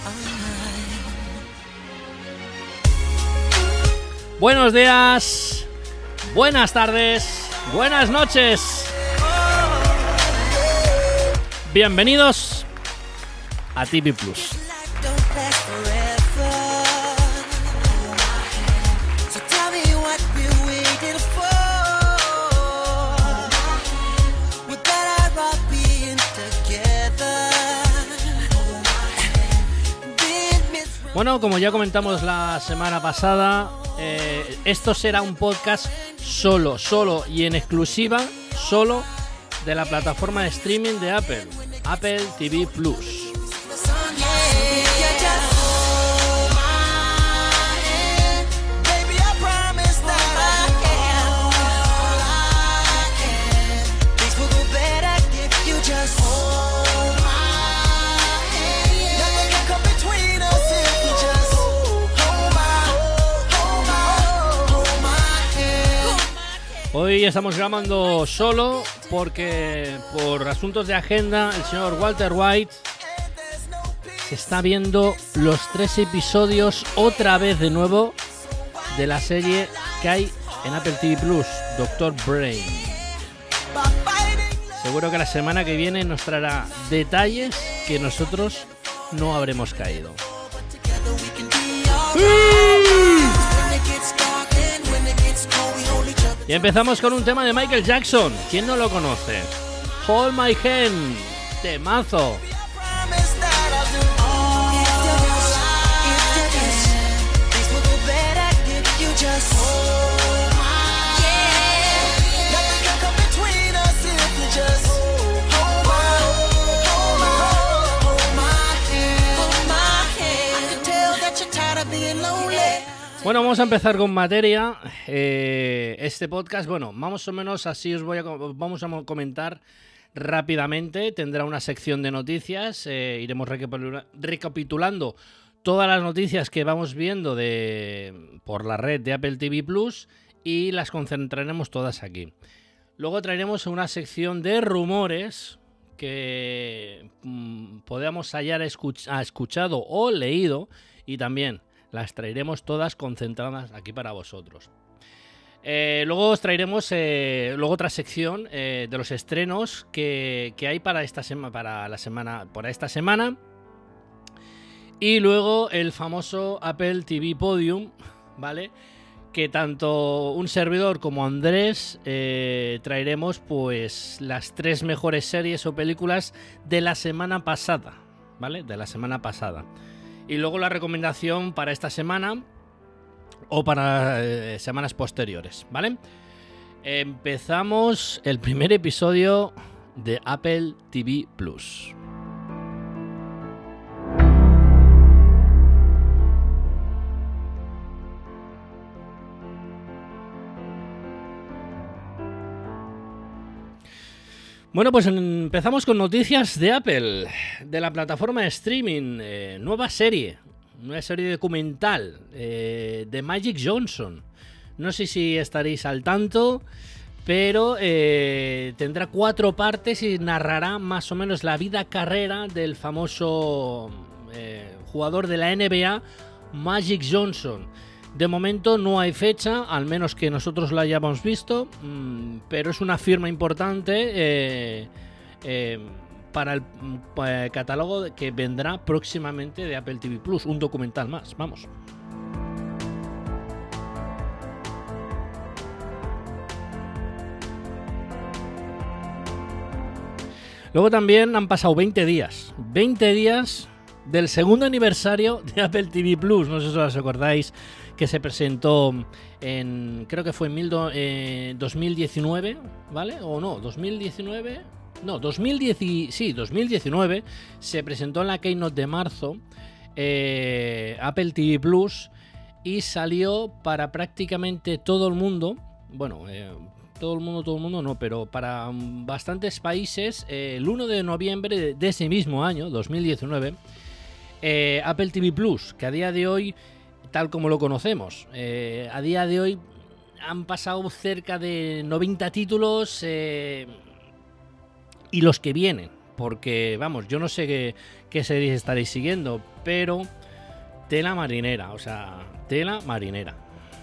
Buenos días, buenas tardes, buenas noches. Bienvenidos a TV Plus. Bueno, como ya comentamos la semana pasada, esto será un podcast solo y en exclusiva, solo de la plataforma de streaming de Apple TV Plus. Hoy estamos grabando solo porque por asuntos de agenda el señor Walter White se está viendo los 3 episodios otra vez de nuevo de la serie que hay en Apple TV Plus, Dr. Brain. Seguro que la semana que viene nos traerá detalles que nosotros no habremos caído. Y empezamos con un tema de Michael Jackson. ¿Quién no lo conoce? Hold My Hand, temazo. Bueno, vamos a empezar con materia. Este podcast, bueno, más o menos así vamos a comentar rápidamente. Tendrá una sección de noticias. Iremos recapitulando todas las noticias que vamos viendo por la red de Apple TV Plus y las concentraremos todas aquí. Luego traeremos una sección de rumores que podamos hayar escuchado o leído, y también las traeremos todas concentradas aquí para vosotros. Luego os traeremos otra sección de los estrenos que hay para esta semana. Y luego el famoso Apple TV Podium, ¿vale? Que tanto un servidor como Andrés traeremos pues las 3 mejores series o películas de la semana pasada, ¿vale? De la semana pasada. Y luego la recomendación para esta semana o para semanas posteriores, ¿vale? Empezamos el primer episodio de Apple TV Plus. Bueno, pues empezamos con noticias de Apple, de la plataforma de streaming, nueva serie documental de Magic Johnson. No sé si estaréis al tanto, pero tendrá 4 partes y narrará más o menos la vida carrera del famoso jugador de la NBA, Magic Johnson. De momento no hay fecha, al menos que nosotros la hayamos visto, pero es una firma importante para el catálogo que vendrá próximamente de Apple TV Plus, un documental más, vamos. Luego también han pasado 20 días del segundo aniversario de Apple TV Plus, no sé si os acordáis, que se presentó creo que fue en 2019, ¿vale? O no, 2019, no, 2019 se presentó en la Keynote de marzo Apple TV Plus y salió para prácticamente todo el mundo, bueno, todo el mundo no, pero para bastantes países el 1 de noviembre de ese mismo año, 2019, Apple TV Plus, que a día de hoy, tal como lo conocemos, a día de hoy han pasado cerca de 90 títulos y los que vienen porque, vamos, yo no sé qué series estaréis siguiendo, pero tela marinera, o sea, tela marinera.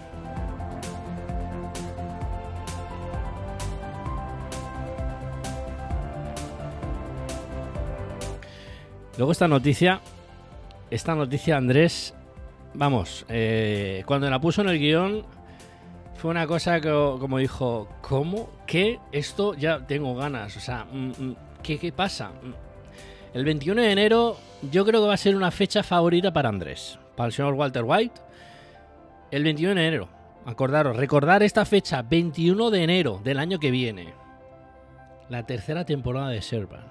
Luego esta noticia, Andrés, vamos, cuando la puso en el guión fue una cosa que, como dijo, ¿cómo? ¿Qué? Esto ya tengo ganas, o sea, ¿qué pasa? El 21 de enero yo creo que va a ser una fecha favorita para Andrés, para el señor Walter White. El 21 de enero, recordar esta fecha, 21 de enero del año que viene, la tercera temporada de Servant.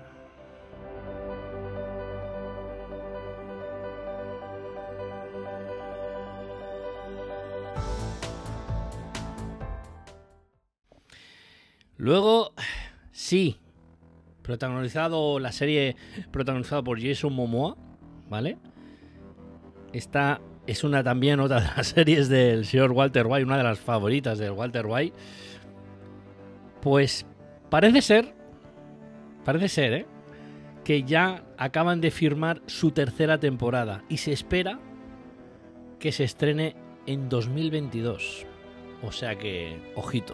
Luego, sí, la serie protagonizada por Jason Momoa, ¿vale? Esta es también otra de las series del señor Walter White, una de las favoritas del Walter White. Pues parece ser, que ya acaban de firmar su tercera temporada y se espera que se estrene en 2022. O sea que, ojito.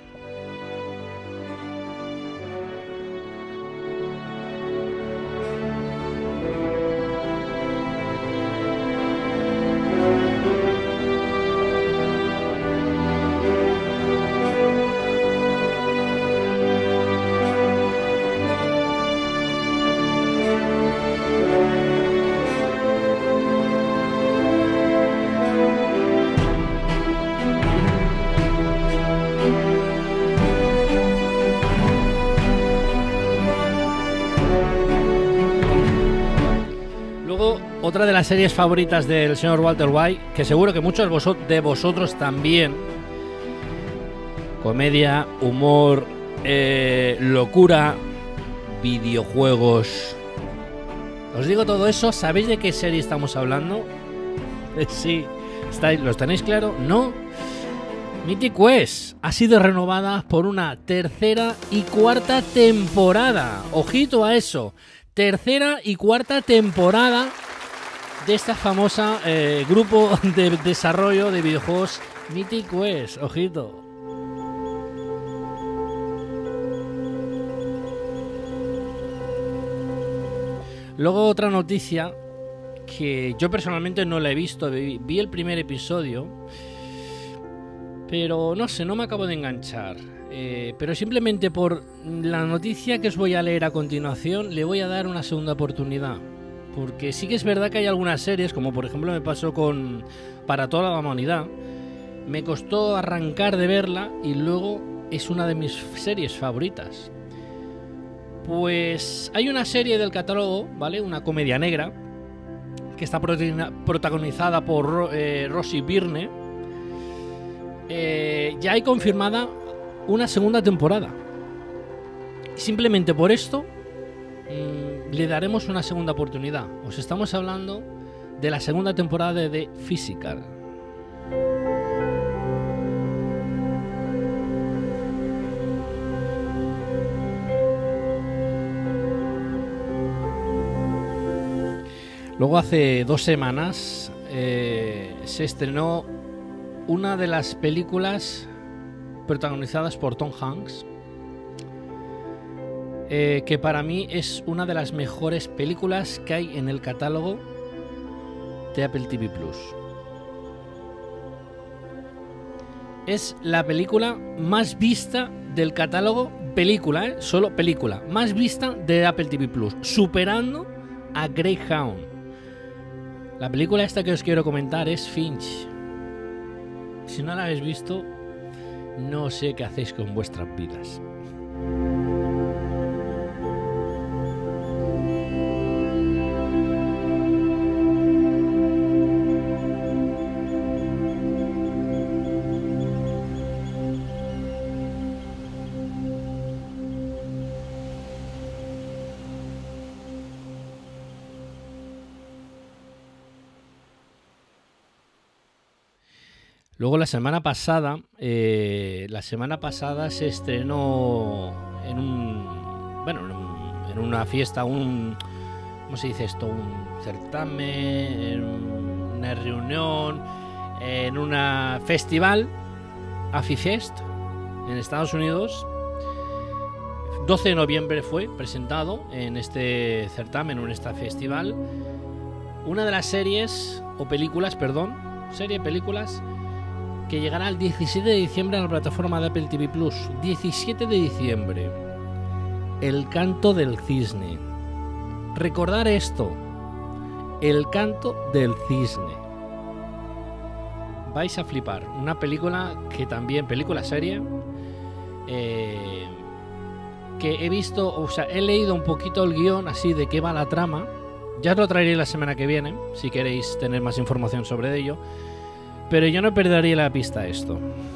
Otra de las series favoritas del señor Walter White, que seguro que muchos de vosotros también. Comedia, humor, locura, videojuegos. Os digo todo eso, ¿sabéis de qué serie estamos hablando? Sí, ¿lo tenéis claro? ¿No? Mythic Quest ha sido renovada por una tercera y cuarta temporada. Ojito a eso. Tercera y cuarta temporada de esta famosa grupo de desarrollo de videojuegos Mythic Quest. Ojito. Luego otra noticia que yo personalmente no la he visto. Vi el primer episodio, pero no sé, no me acabo de enganchar. Pero simplemente por la noticia que os voy a leer a continuación le voy a dar una segunda oportunidad. Porque sí que es verdad que hay algunas series, como por ejemplo me pasó con Para toda la humanidad. Me costó arrancar de verla y luego es una de mis series favoritas. Pues hay una serie del catálogo, ¿vale? Una comedia negra que está protagonizada por Rosie Byrne. Ya hay confirmada una segunda temporada. Simplemente por esto le daremos una segunda oportunidad. Os estamos hablando de la segunda temporada de The Physical. Luego hace 2 semanas se estrenó una de las películas protagonizadas por Tom Hanks, que para mí es una de las mejores películas que hay en el catálogo de Apple TV Plus. Es la película más vista del catálogo, solo película, más vista de Apple TV Plus, superando a Greyhound. La película esta que os quiero comentar es Finch. Si no la habéis visto, no sé qué hacéis con vuestras vidas. Luego la semana pasada se estrenó en en una fiesta, ¿cómo se dice esto? Un certamen, una reunión, en una festival, AFIFest, en Estados Unidos. 12 de noviembre fue presentado en este certamen o en este festival una de las series o películas, películas que llegará el 17 de diciembre a la plataforma de Apple TV Plus. 17 de diciembre. El canto del cisne. Recordar esto. El canto del cisne. Vais a flipar. Una película que también, película serie, que he visto, o sea, he leído un poquito el guión así de qué va la trama. Ya os lo traeré la semana que viene, si queréis tener más información sobre ello. Pero yo no perdería la pista a esto.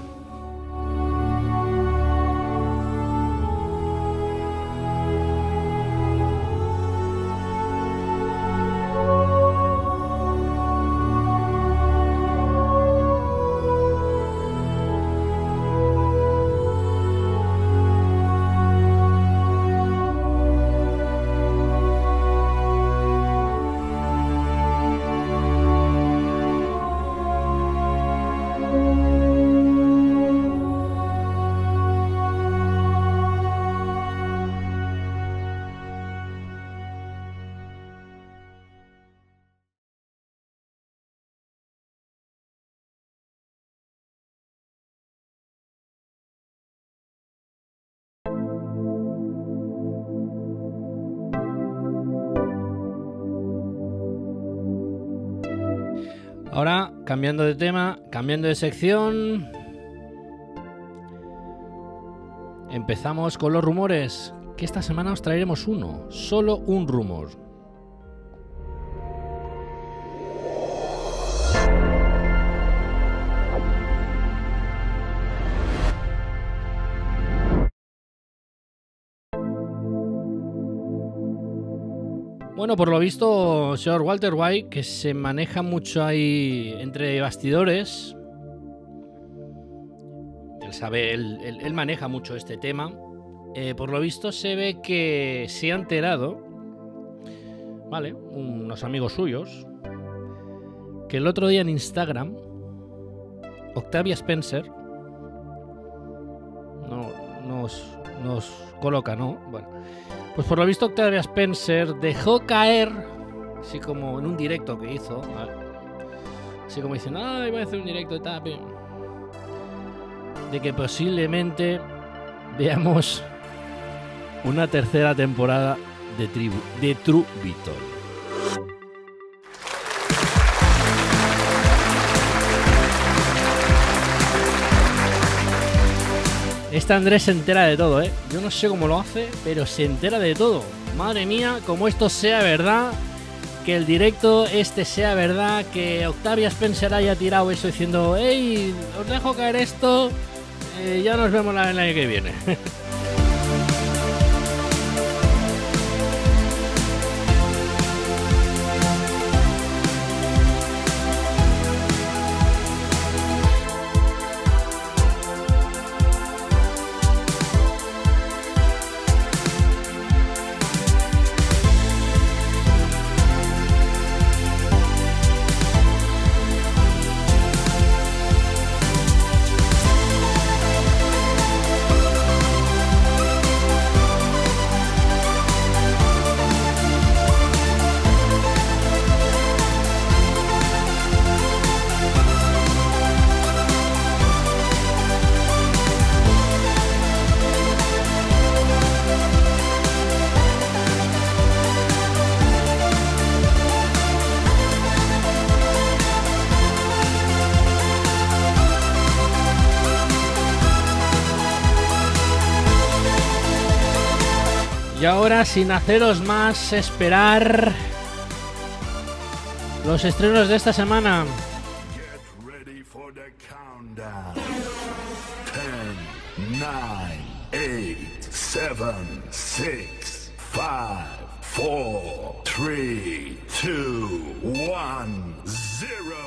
Ahora, cambiando de tema, cambiando de sección, empezamos con los rumores, que esta semana os traeremos uno, solo un rumor. Bueno, por lo visto, señor Walter White, que se maneja mucho ahí entre bastidores, él maneja mucho este tema. Por lo visto se ve que se ha enterado, ¿vale? Unos amigos suyos, que el otro día en Instagram, Octavia Spencer nos coloca, ¿no? Bueno, pues por lo visto Octavia Spencer dejó caer, así como en un directo que hizo, ¿vale? Así como diciendo, voy a hacer un directo de tape, de que posiblemente veamos una tercera temporada de True Victory. Esta Andrés se entera de todo, ¿eh? Yo no sé cómo lo hace, pero se entera de todo. Madre mía, como esto sea verdad, que el directo sea verdad, que Octavia Spencer haya tirado eso diciendo, hey, os dejo caer esto, ya nos vemos el año que viene. Y ahora, sin haceros más esperar, los estrenos de esta semana. Get ready for the countdown. 10, 9, 8, 7, 6, 5, 4, 3, 2, 1, 0.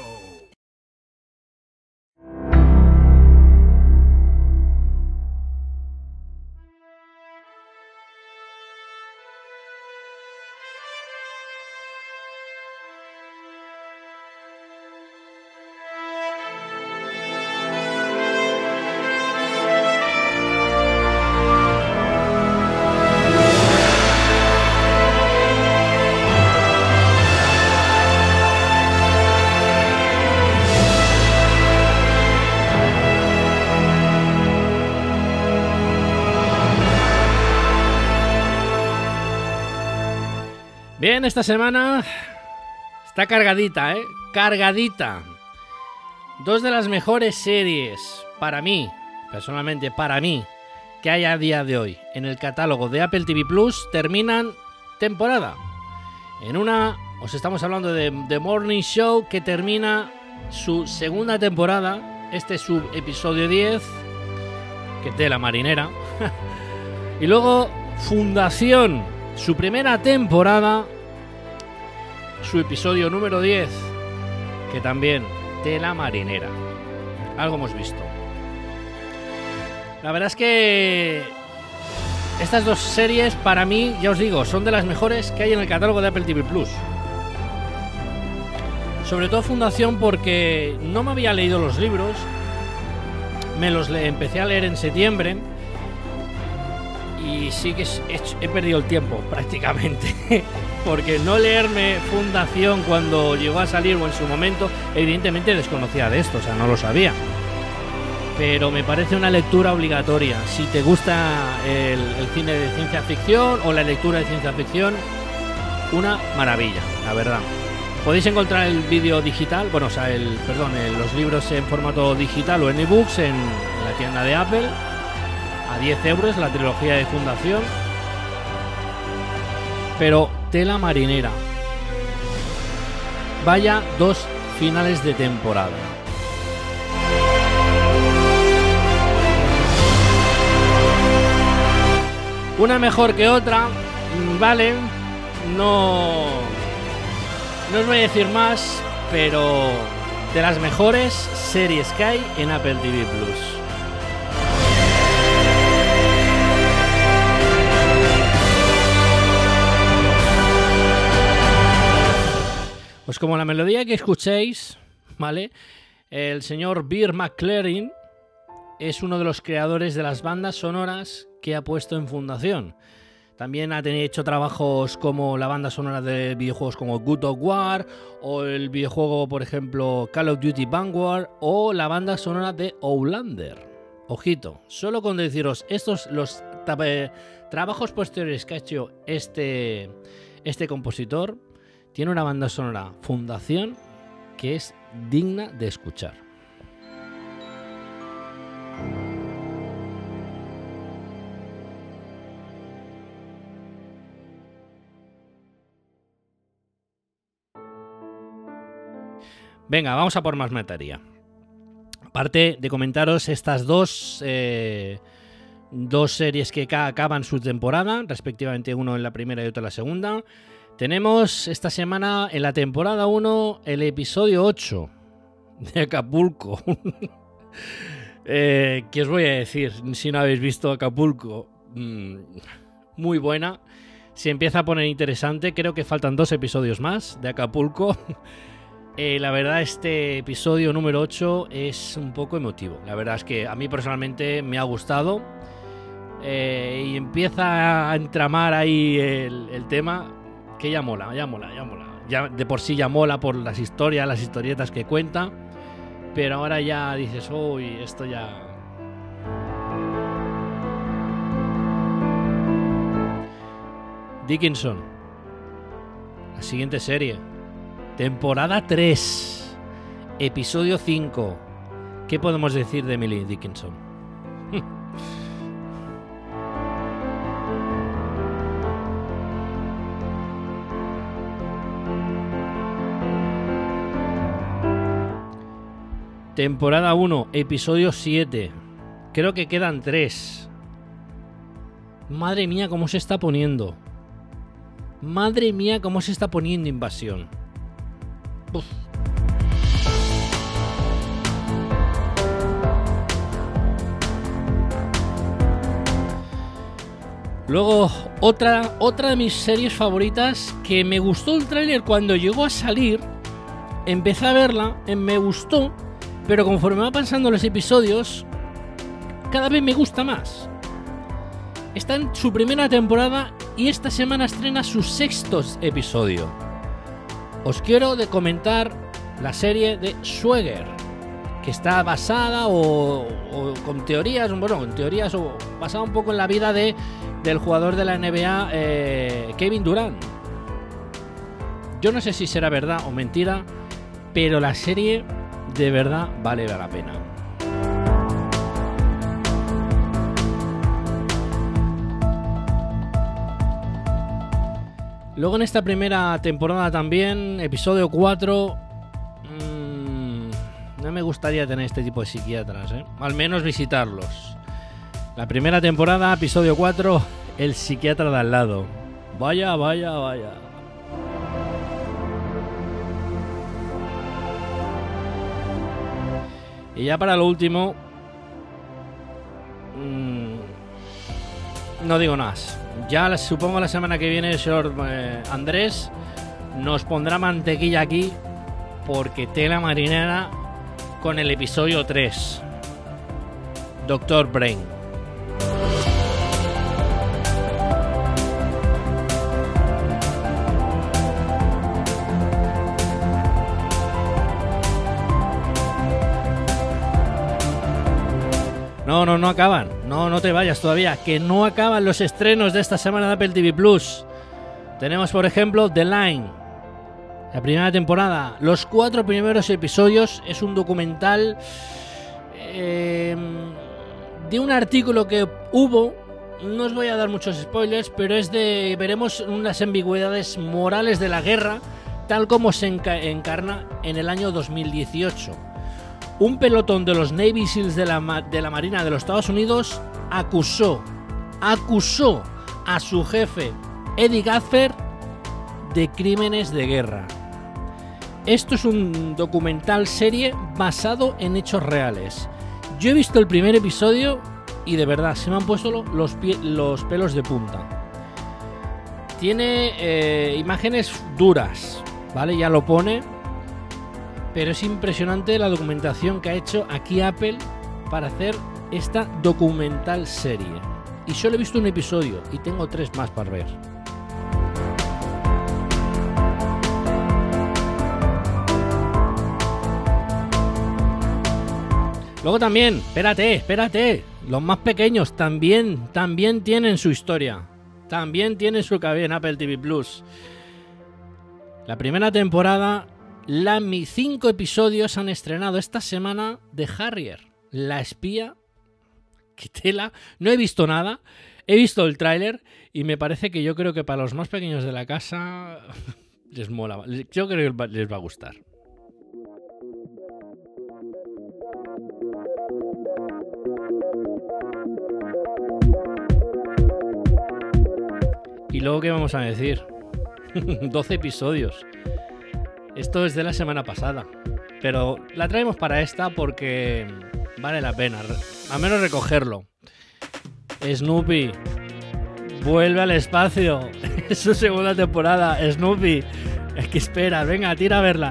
Bien, esta semana está cargadita, cargadita. 2 de las mejores series para mí, personalmente para mí, que hay a día de hoy en el catálogo de Apple TV Plus terminan temporada. En una os estamos hablando de The Morning Show, que termina su segunda temporada. Este es su episodio 10, que tela marinera. Y luego Fundación, su primera temporada, su episodio número 10, que también tela marinera. Algo hemos visto. La verdad es que estas 2 series para mí, ya os digo, son de las mejores que hay en el catálogo de Apple TV Plus. Sobre todo Fundación, porque no me había leído los libros. Me los empecé a leer en septiembre. Y sí que he perdido el tiempo prácticamente. Porque no leerme Fundación cuando llegó a salir o en su momento, evidentemente desconocía de esto, o sea, no lo sabía. Pero me parece una lectura obligatoria. Si te gusta el cine de ciencia ficción o la lectura de ciencia ficción, una maravilla, la verdad. Podéis encontrar el vídeo digital, bueno, o sea, los libros en formato digital o en ebooks en la tienda de Apple a 10 euros, la trilogía de Fundación. Pero tela marinera. Vaya 2 finales de temporada. Una mejor que otra, vale, no os voy a decir más, pero de las mejores series que hay en Apple TV Plus. Pues como la melodía que escuchéis, ¿vale? El señor Bear McCreary es uno de los creadores de las bandas sonoras que ha puesto en Fundación. También ha hecho trabajos como la banda sonora de videojuegos como God of War, o el videojuego, por ejemplo, Call of Duty Vanguard, o la banda sonora de Outlander. Ojito, solo con deciros los trabajos posteriores que ha hecho este compositor, tiene una banda sonora Fundación que es digna de escuchar. Venga, vamos a por más materia. Aparte de comentaros estas dos series que acaban su temporada, respectivamente uno en la primera y otro en la segunda, tenemos esta semana en la temporada 1 el episodio 8 de Acapulco. ¿Qué os voy a decir si no habéis visto Acapulco? Muy buena. Se empieza a poner interesante. Creo que faltan 2 episodios más de Acapulco. La verdad, este episodio número 8 es un poco emotivo. La verdad es que a mí personalmente me ha gustado. Y empieza a entramar ahí el tema, que ya mola. Ya de por sí ya mola por las historias, las historietas que cuenta. Pero ahora ya dices, uy, esto ya... Dickinson. La siguiente serie. Temporada 3, episodio 5. ¿Qué podemos decir de Emily Dickinson? Temporada 1, episodio 7. Creo que quedan 3. Madre mía, cómo se está poniendo. Madre mía, cómo se está poniendo Invasión. Uf. Luego, otra de mis series favoritas, que me gustó el tráiler cuando llegó a salir. Empecé a verla, me gustó, pero conforme va pasando los episodios, cada vez me gusta más. Está en su primera temporada y esta semana estrena su 6º episodio. Os quiero comentar la serie de Swagger, que está basada o con teorías, o basada un poco en la vida del jugador de la NBA, Kevin Durant. Yo no sé si será verdad o mentira, pero la serie de verdad vale la pena. Luego en esta primera temporada también, episodio 4, no me gustaría tener este tipo de psiquiatras, al menos visitarlos. La primera temporada, episodio 4, el psiquiatra de al lado. Vaya. Y ya para lo último, no digo nada. Ya supongo la semana que viene el señor Andrés nos pondrá mantequilla aquí, porque tela marinera con el episodio 3, Dr. Brain. No acaban. No te vayas todavía, que no acaban los estrenos de esta semana de Apple TV Plus. Tenemos, por ejemplo, The Line, la primera temporada. Los 4 primeros episodios es un documental de un artículo que hubo. No os voy a dar muchos spoilers, pero veremos unas ambigüedades morales de la guerra, tal como se encarna en el año 2018. Un pelotón de los Navy SEALs de la Marina de los Estados Unidos acusó a su jefe, Eddie Gadfer, de crímenes de guerra. Esto es un documental serie basado en hechos reales. Yo he visto el primer episodio y de verdad se me han puesto los pelos de punta. Tiene imágenes duras, ¿vale? Ya lo pone. Pero es impresionante la documentación que ha hecho aquí Apple para hacer esta documental serie. Y solo he visto un episodio y tengo 3 más para ver. Luego también, espérate, los más pequeños también tienen su historia. También tienen su cabida en Apple TV Plus. La primera temporada, 5 episodios han estrenado esta semana de Harrier, la espía. ¡Qué tela! No he visto nada, he visto el tráiler y me parece que yo creo que para los más pequeños de la casa les mola. Yo creo que les va a gustar. Y luego, ¿qué vamos a decir? 12 episodios. Esto es de la semana pasada, pero la traemos para esta porque vale la pena, al menos recogerlo. Snoopy vuelve al espacio. Es su segunda temporada. Snoopy, es que espera, venga, tira a verla.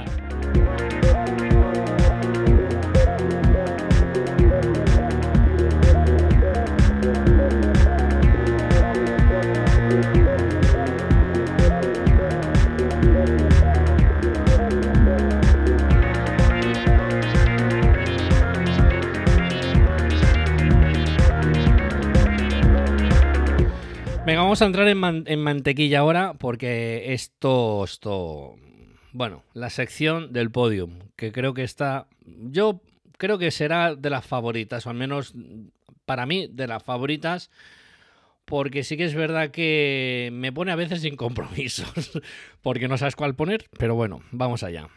Venga, vamos a entrar en mantequilla ahora, porque esto, bueno, la sección del podium, que creo que yo creo que será de las favoritas, o al menos para mí de las favoritas, porque sí que es verdad que me pone a veces sin compromisos, porque no sabes cuál poner, pero bueno, vamos allá.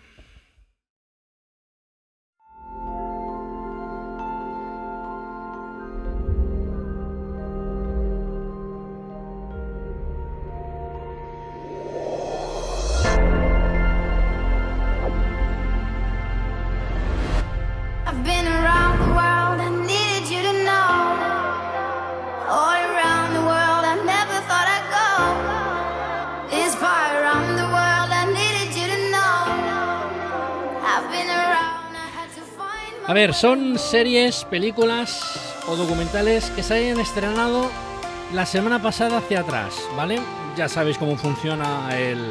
A ver, son series, películas o documentales que se hayan estrenado la semana pasada hacia atrás, ¿vale? Ya sabéis cómo funciona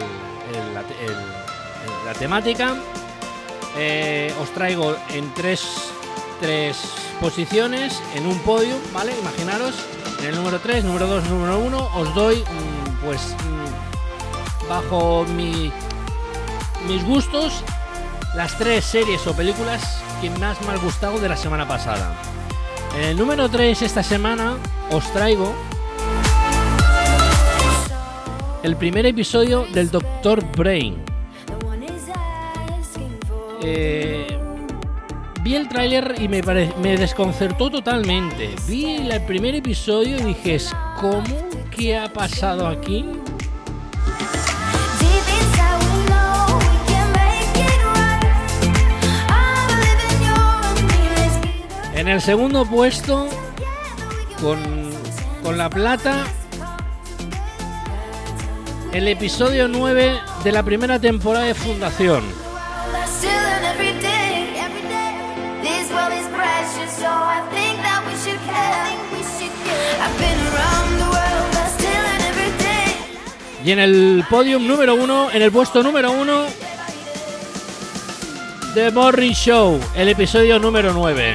la temática. Os traigo en tres posiciones en un podio, ¿vale? Imaginaros, en el número 3, número 2, número 1, os doy, bajo mi mis gustos, las 3 series o películas que más me han gustado de la semana pasada. En el número 3 esta semana os traigo el primer episodio del Dr. Brain. Vi el tráiler y me desconcertó totalmente. Vi el primer episodio y dije, ¿cómo? ¿Qué ha pasado aquí? En el segundo puesto, con la plata, el episodio 9 de la primera temporada de Fundación. Y en el podium número 1, en el puesto número 1, The Morning Show, el episodio número 9.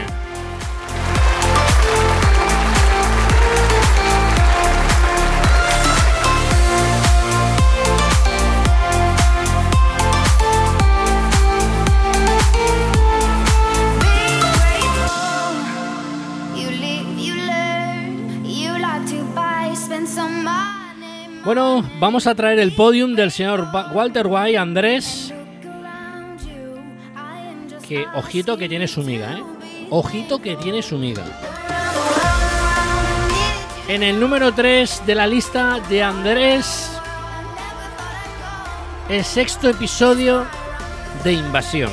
Bueno, vamos a traer el podium del señor Walter White, Andrés. Que ojito que tiene su miga, Ojito que tiene su miga. En el número 3 de la lista de Andrés, el 6º episodio de Invasión.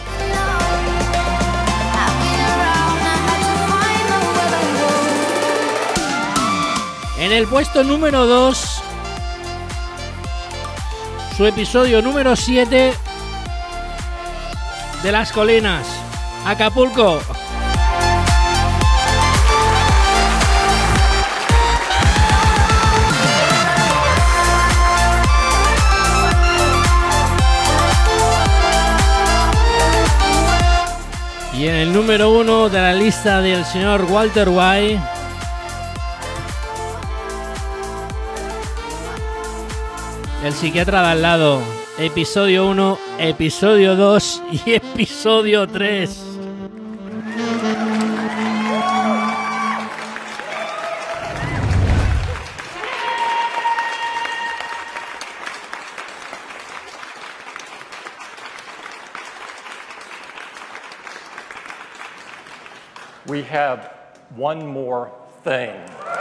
En el puesto número 2, su episodio número 7 de Las Colinas, Acapulco. Y en el número 1 de la lista del señor Walter White, el psiquiatra de al lado, episodio 1, episodio 2 y episodio 3. We have one more thing.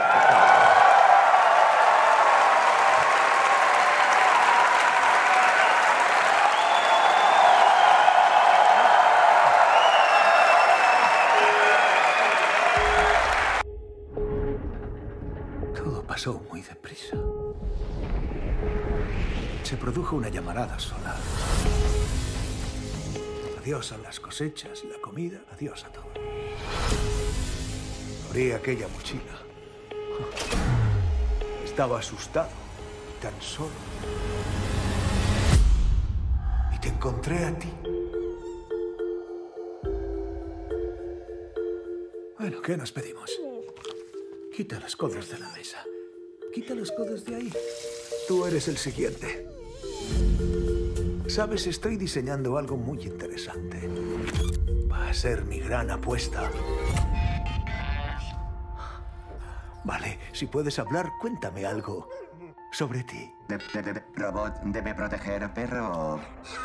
Todo pasó muy deprisa. Se produjo una llamarada solar. Adiós a las cosechas, la comida, adiós a todo. Abrí aquella mochila. Estaba asustado, tan solo. Y te encontré a ti. Bueno, ¿qué nos pedimos? Quita los codos de la mesa. Quita los codos de ahí. Tú eres el siguiente. Sabes, estoy diseñando algo muy interesante. Va a ser mi gran apuesta. Vale, si puedes hablar, cuéntame algo sobre ti. Robot debe proteger a perro.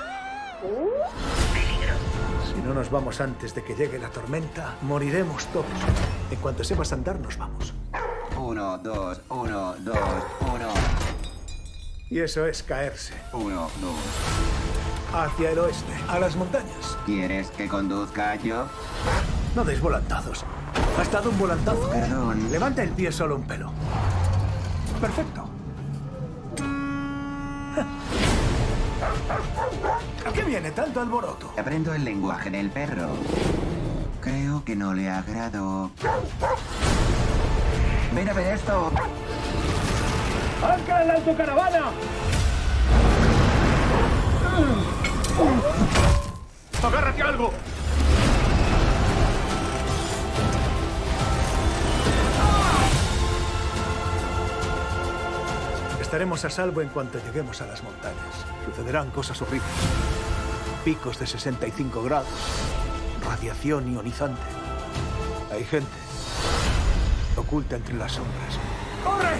Si no nos vamos antes de que llegue la tormenta, moriremos todos. En cuanto sepas andar, nos vamos. 1, 2, 1, 2, 1. Y eso es caerse. 1, 2. Hacia el oeste, a las montañas. ¿Quieres que conduzca yo? No deis volantados. Has dado un volantazo. Perdón. Levanta el pie solo un pelo. Perfecto. ¿A qué viene tanto alboroto? Aprendo el lenguaje del perro. Creo que no le agrado. Ven a ver esto. ¡Ancla en la autocaravana! ¡Agárrate a algo! Estaremos a salvo en cuanto lleguemos a las montañas. Sucederán cosas horribles. picos de 65 grados, radiación ionizante. Hay gente oculta entre las sombras. ¡Corre!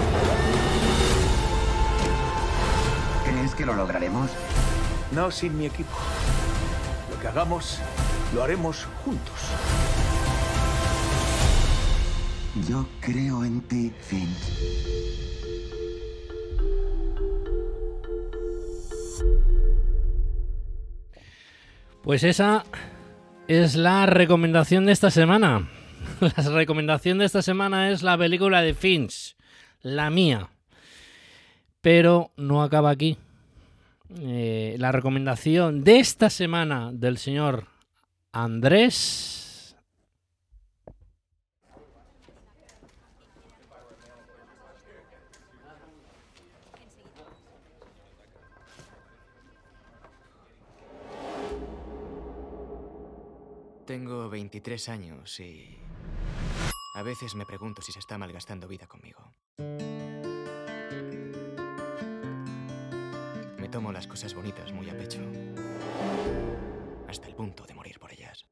¿Crees que lo lograremos? No sin mi equipo. Lo que hagamos, lo haremos juntos. Yo creo en ti, Finn. Pues esa es la recomendación de esta semana. La recomendación de esta semana es la película de Finch, la mía. Pero no acaba aquí. La recomendación de esta semana del señor Andrés. Tengo 23 años y a veces me pregunto si se está malgastando vida conmigo. Me tomo las cosas bonitas muy a pecho, hasta el punto de morir por ellas.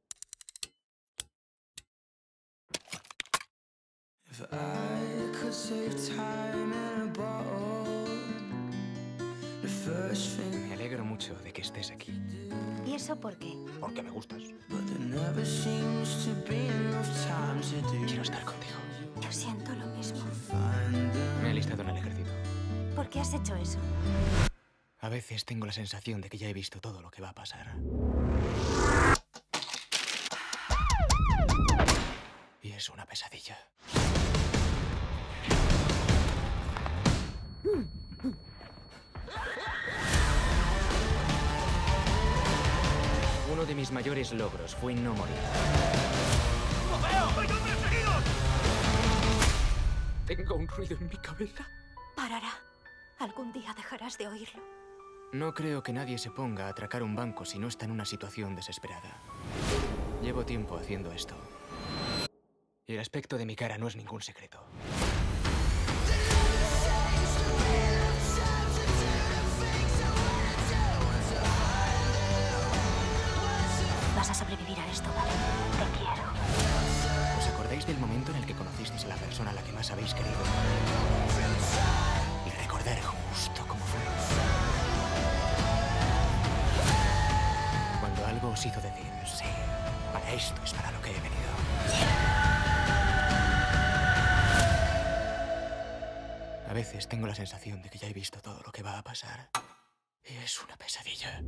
Me alegro mucho de que estés aquí. ¿Y eso por qué? Porque me gustas. Quiero estar contigo. Yo siento lo mismo. Me he alistado en el ejército. ¿Por qué has hecho eso? A veces tengo la sensación de que ya he visto todo lo que va a pasar. Y es una pesadilla. Uno de mis mayores logros fue no morir. Tengo un ruido en mi cabeza. Parará. Algún día dejarás de oírlo. No creo que nadie se ponga a atracar un banco si no está en una situación desesperada. Llevo tiempo haciendo esto. Y el aspecto de mi cara no es ningún secreto. Vas a sobrevivir a esto, ¿vale? Te quiero. ¿Os acordáis del momento en el que conocisteis a la persona a la que más habéis querido? Y recordar justo cómo fue. Cuando algo os hizo decir, sí, para esto es para lo que he venido. A veces tengo la sensación de que ya he visto todo lo que va a pasar. Y es una pesadilla.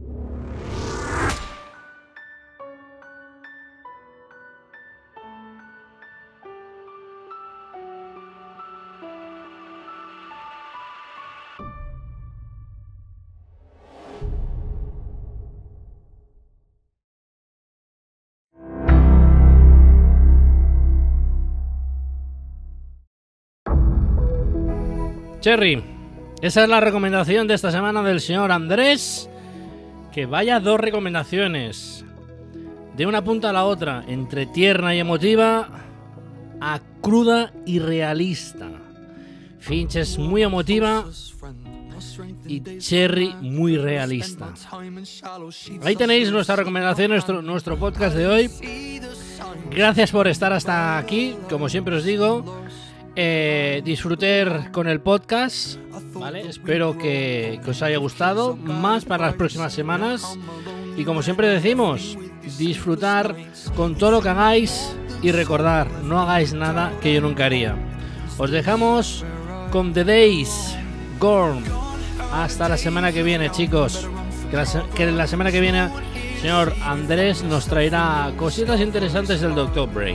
Cherry, esa es la recomendación de esta semana del señor Andrés. Que vaya dos recomendaciones. De una punta a la otra, entre tierna y emotiva a cruda y realista. Finch es muy emotiva y Cherry muy realista. Ahí tenéis nuestra recomendación, nuestro podcast de hoy. Gracias por estar hasta aquí, como siempre os digo. Disfrutar con el podcast, ¿vale? Espero que os haya gustado. Más para las próximas semanas. Y como siempre decimos, disfrutar con todo lo que hagáis. Y recordar, no hagáis nada que yo nunca haría. Os dejamos con The Days Gone. Hasta la semana que viene, chicos. Que la semana que viene señor Andrés nos traerá cositas interesantes del Dr. Brain.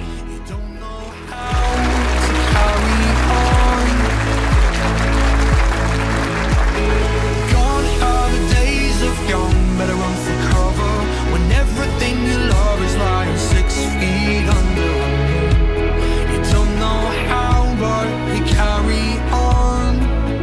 Better run for cover when everything you love is lying 6 feet under. You don't know how, but you carry on.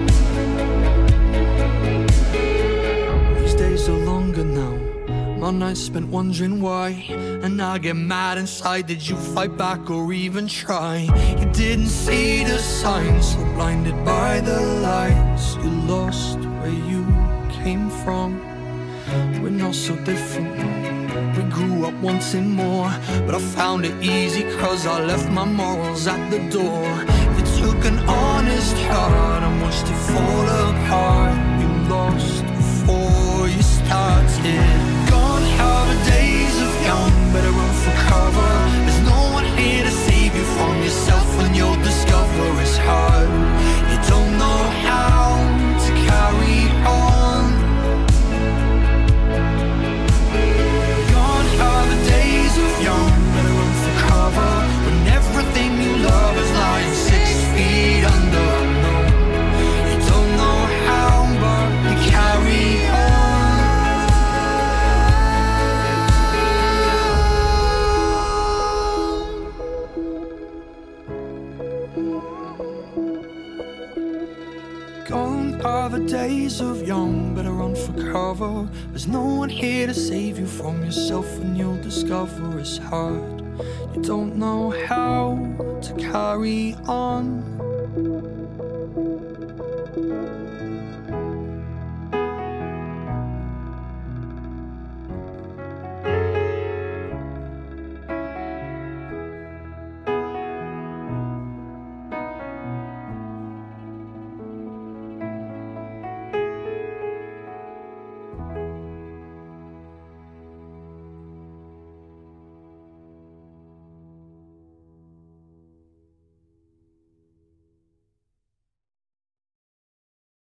These days are longer now. My nights spent wondering why, and I get mad inside. Did you fight back or even try? You didn't see the signs, so blinded by the lights. You lost where you came from. We're not so different. We grew up wanting more, but I found it easy cause I left my morals at the door. You took an honest heart and watched it fall apart. You lost before you started. Gone are the days of young, better run for cover. There's no one here to save you from yourself when you'll discover it's hard. You don't know how to carry on. Gone are the days of young, better run for cover. When everything you love is lying 6 feet under. You don't know how, but you carry on. Gone are the days of young, better run for cover. There's no one here to save you from yourself when you'll discover it's hard. You don't know how to carry on.